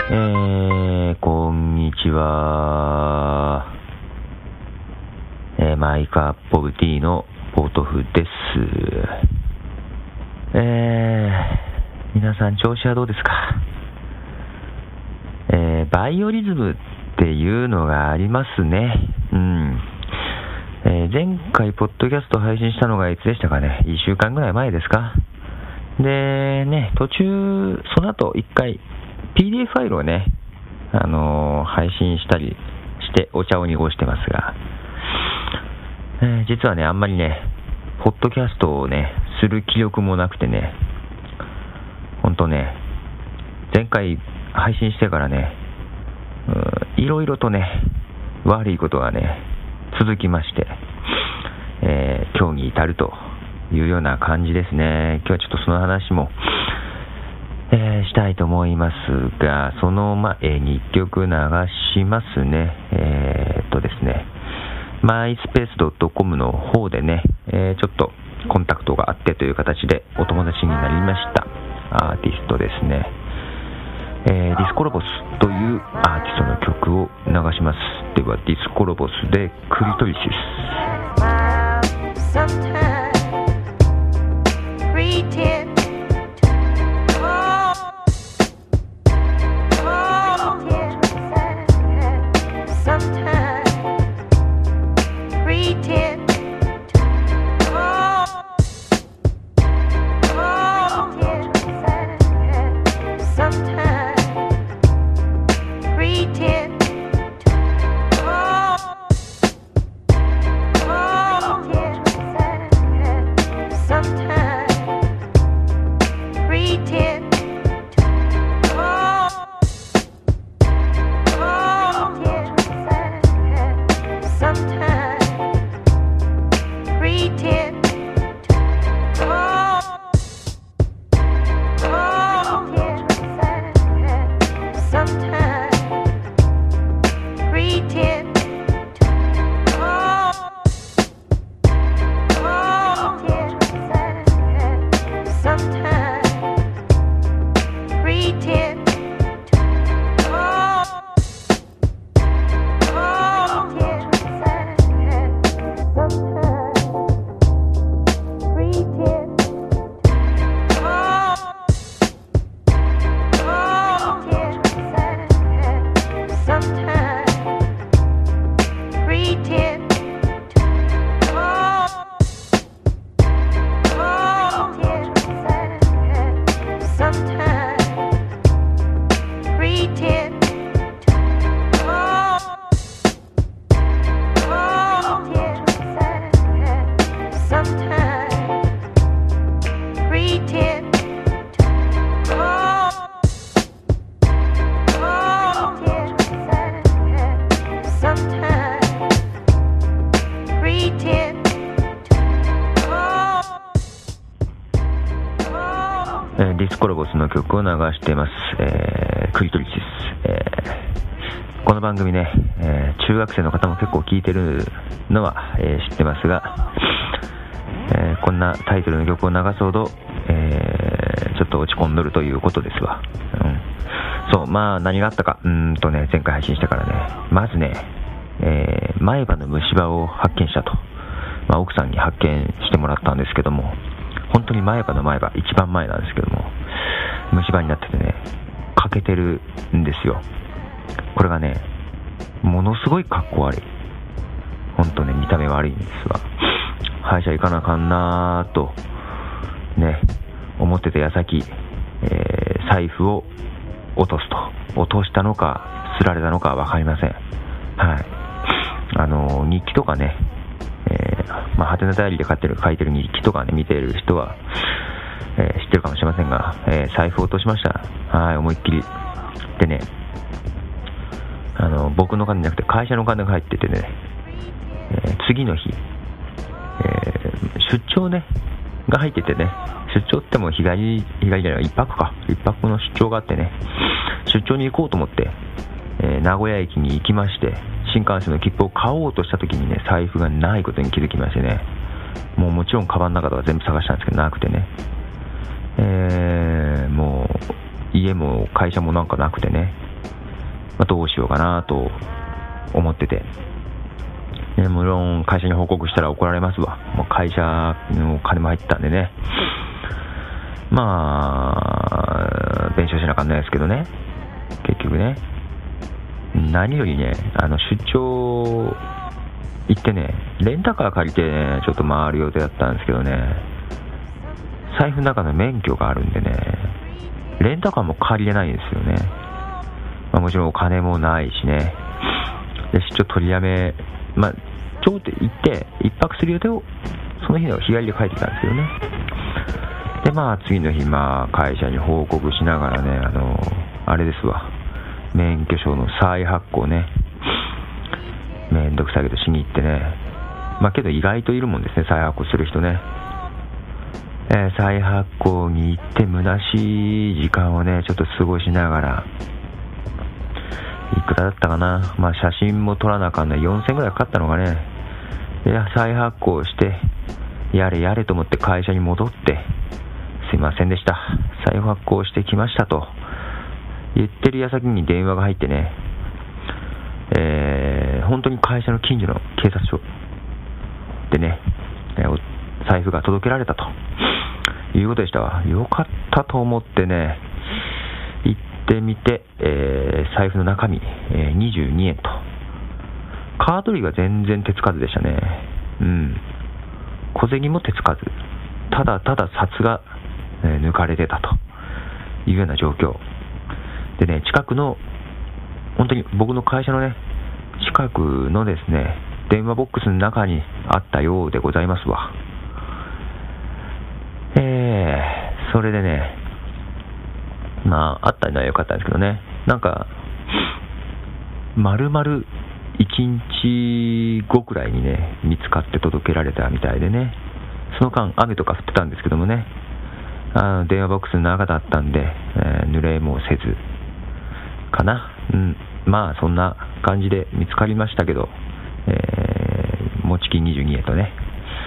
こんにちは。マイカップオブティーのポトフです。皆さん調子はどうですか？バイオリズムっていうのがありますね。前回ポッドキャスト配信したのがいつでしたかね。1週間ぐらい前ですか。でね、途中その後1回PDF ファイルをね、配信したりしてお茶を濁してますが、実はね、あんまりね、ポッドキャストをね、する気力もなくてね、ほんとね、前回配信してからね、いろいろとね、悪いことがね、続きまして、今日に至るというような感じですね。今日はちょっとその話も、したいと思いますが、その前に1曲流しますね。ですね、myspace.com の方でね、ちょっとコンタクトがあってという形でお友達になりましたアーティストですね。ディスコロボスというアーティストの曲を流します。ではディスコロボスでクリトリシス。ディスコロボスの曲を流しています。クリトリシス。この番組ね、中学生の方も結構聞いてるのは、知ってますが、こんなタイトルの曲を流すほど、ちょっと落ち込んどるということですわ。そう、まあ何があったか。前回配信してからね、まずね、前歯の虫歯を発見したと、奥さんに発見してもらったんですけども、本当に前歯の前歯、一番前なんですけども、虫歯になっててね、欠けてるんですよ。これがね、ものすごい格好悪い。本当ね、見た目悪いんですわ。歯医者行かなあかんなーとね、思ってた矢先、財布を落とすと。落としたのか、すられたのかわかりません。はい。日記とかね、ハテナダイアリーで書いてる日記とかね、見ている人は、知ってるかもしれませんが、財布を落としました。はい、思いっきり。でね、僕の金じゃなくて会社の金が入っててね、次の日、出張ね、が入っててね、出張っても日帰りじゃない、一泊の出張があってね、出張に行こうと思って、名古屋駅に行きまして、新幹線の切符を買おうとした時にね、財布がないことに気づきましてね、もちろんカバンの中とか全部探したんですけどなくてね、もう家も会社もなんかなくてね、 どうしようかなと思ってて、無論会社に報告したら怒られますわ。もう会社の金も入ってたんでね、まあ弁償しなきゃないですけどね、結局ね。何よりね、出張行ってね、レンタカー借りてね、ちょっと回る予定だったんですけどね、財布の中の免許があるんでね、レンタカーも借りれないんですよね。もちろんお金もないしね。で、出張取りやめ、ちょっと行って一泊する予定をその日の日帰りで帰ってきたんですけどね。で、次の日、会社に報告しながらね、あれですわ、免許証の再発行ね、めんどくさいけどしに行ってね、けど意外といるもんですね、再発行する人ね。再発行に行って虚しい時間をね、ちょっと過ごしながら、いくらだったかな、写真も撮らなあかんない、4000ぐらいかかったのがね。いや、再発行してやれやれと思って会社に戻って、すいませんでした、再発行してきましたと言ってる矢先に電話が入ってね、本当に会社の近所の警察署でね、財布が届けられたということでしたわ。よかったと思ってね、行ってみて、財布の中身、22円と、カード類は全然手つかずでしたね。小銭も手つかず、ただただ札が、抜かれてたというような状況でね、近くの本当に僕の会社のね、近くのですね、電話ボックスの中にあったようでございますわ。それでね、あったのは良かったんですけどね、丸々1日後くらいにね、見つかって届けられたみたいでね、その間雨とか降ってたんですけどもね、電話ボックスの中だったんで、濡れもせずかな。そんな感じで見つかりましたけど、持ち金22円とね、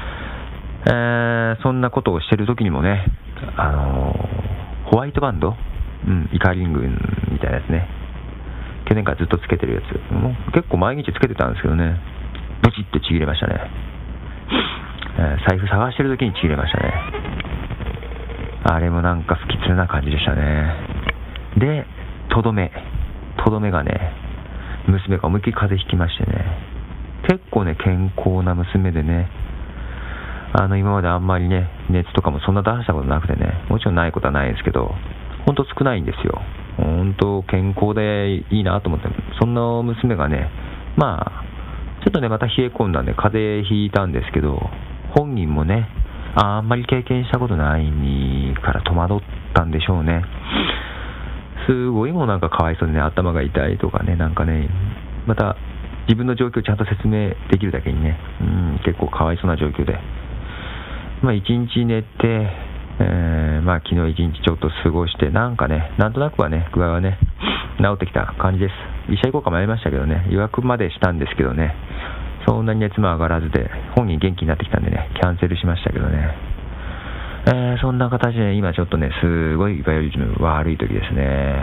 そんなことをしてる時にもね、ホワイトバンド、イカリングみたいなやつね、去年からずっとつけてるやつ、もう結構毎日つけてたんですけどね、ブチってちぎれましたね。財布探してる時にちぎれましたね。あれも不吉な感じでしたね。で、とどめがね、娘が思いっきり風邪ひきましてね、結構ね、健康な娘でね、今まであんまりね、熱とかもそんな出したことなくてね、もちろんないことはないですけど、ほんと少ないんですよ。ほんと健康でいいなと思って、そんな娘がね、ちょっとね、また冷え込んだんで風邪ひいたんですけど、本人もね、あんまり経験したことないから戸惑ったんでしょうね。すごいもうかわいそうにね、頭が痛いとかね、また自分の状況をちゃんと説明できるだけにね、結構かわいそうな状況で、一日寝て、昨日一日ちょっと過ごして、なんとなくはね、具合はね、治ってきた感じです。医者行こうか迷いましたけどね、予約までしたんですけどね、そんなに熱も上がらずで、本人元気になってきたんでね、キャンセルしましたけどね。そんな形で今ちょっとね、すごいバイオリズム悪い時ですね。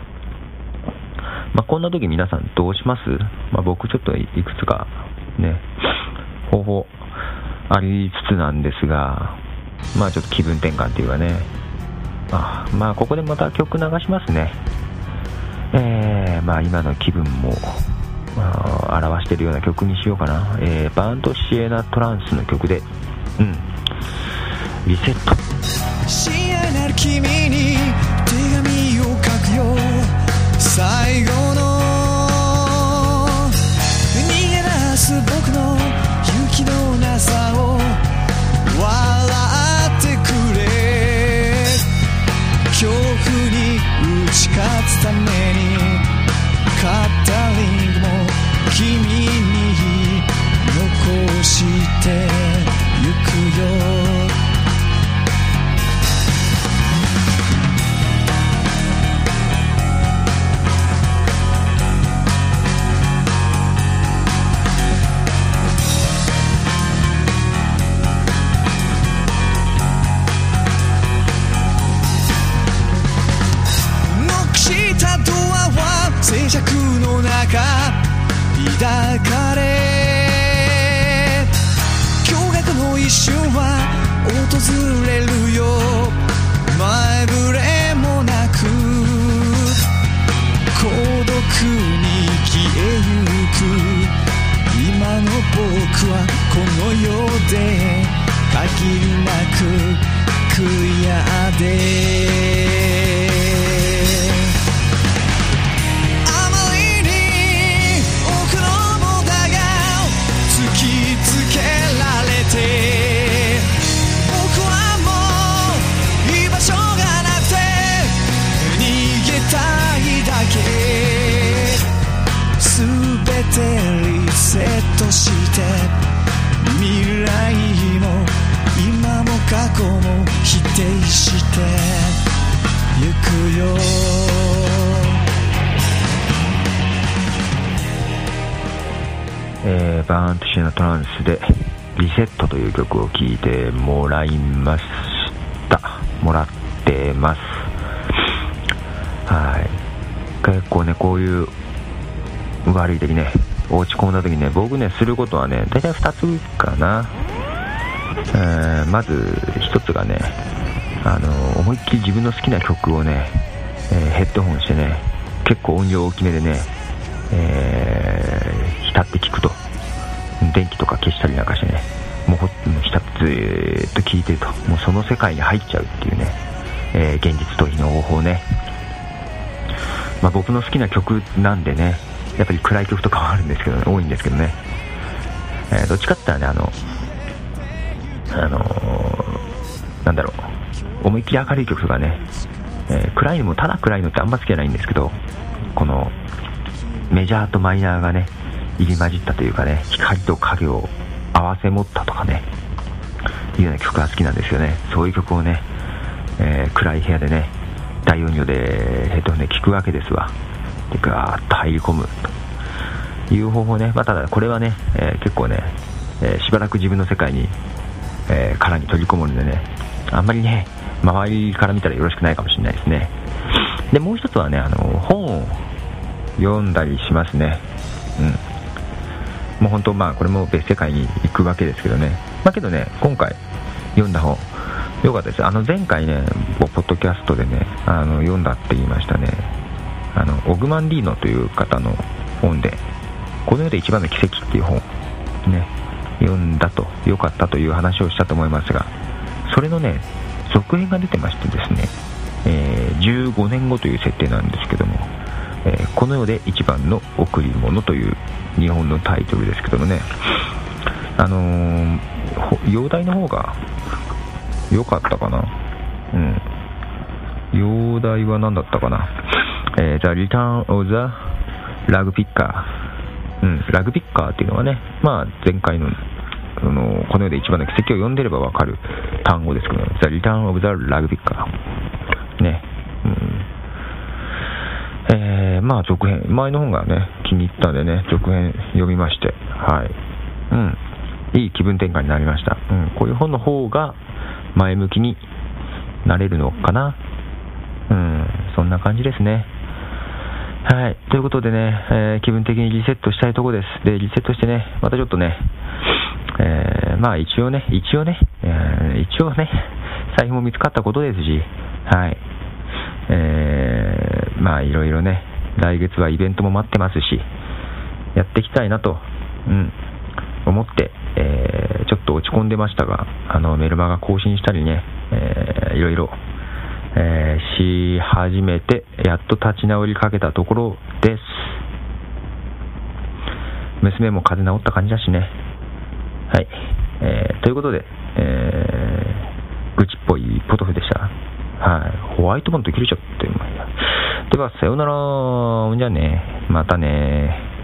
こんな時皆さんどうします？僕ちょっといくつかね、方法ありつつなんですが、ちょっと気分転換っていうかね、ここでまた曲流しますね。今の気分も表しているような曲にしようかな。バンドシエナトランスの曲で、リセット。 親愛なる君に手紙を書くよ、最後の逃げ出す僕の勇気のなさを笑ってくれ、恐怖に打ち勝つためにカッタリングも君に残してゆくよ。 静寂の中抱かれ、驚愕の一瞬は訪れるよ、前触れもなく孤独に消えゆく。今の僕はこの世で限りなく悔やで、あまりに多くのものが突きつけられて、僕はもう居場所がなくて逃げたいだけ、全てリセットして未来も今も過去も否定してゆくよ。 バーントシーのトランスでリセットという曲を聴いてもらってます。はい、結構ねこういう悪い時ね、落ち込んだ時ね、僕ねすることはね大体2つかな。まず1つがね、思いっきり自分の好きな曲をね、ヘッドホンしてね、結構音量大きめでね、浸って聴くと、電気とか消したりなんかしてね、もう浸ってずーっと聴いてると、もうその世界に入っちゃうっていうね、現実逃避の方法ね。僕の好きな曲なんでね、やっぱり暗い曲とかはあるんですけどね、多いんですけどね、どっちかって言ったらね、なんだろう、思いっきり明るい曲とかね、暗いのもただ暗いのってあんま好きじゃないんですけど、このメジャーとマイナーがね入り混じったというかね、光と影を合わせ持ったとかね、いうような曲が好きなんですよね。そういう曲をね、暗い部屋でね大音量でヘッドホンで聴くわけですわ。でガーッと入り込むという方法ね。ただこれはね、結構ね、しばらく自分の世界に、殻に取り込むのでね、あんまりね周りから見たらよろしくないかもしれないですね。でもう一つはね、本を読んだりしますね。もう本当これも別世界に行くわけですけどね。けどね、今回読んだ本良かったです。前回ねポッドキャストでね読んだって言いましたね。オグマンディーノという方の本で、この世で一番の奇跡っていう本ね、読んだと良かったという話をしたと思いますが、それのね続編が出てましてですね、15年後という設定なんですけども、この世で一番の贈り物という日本のタイトルですけどもね、容題の方が良かったかな。容題は何だったかな。The Return of the Rag Picker、ラグピッカーっていうのはね、前回のこの世で一番の奇跡を読んでれば分かる単語ですけど、The Return of the Rag Pickerね、続編、前の本がね気に入ったんでね、続編読みまして、いい気分転換になりました。こういう本の方が前向きになれるのかな。そんな感じですね。はい、ということでね、気分的にリセットしたいところです。でリセットしてね、またちょっとね、一応ね財布も見つかったことですし、いろいろね、来月はイベントも待ってますし、やっていきたいなと、思って、ちょっと落ち込んでましたが、メルマガ更新したりね、いろいろ、し始めて、やっと立ち直りかけたところです。娘も風邪治った感じだしね。ということで、愚痴っぽいポトフでした。ホワイトボンド切れちゃって、ではさようなら。じゃあね、またね。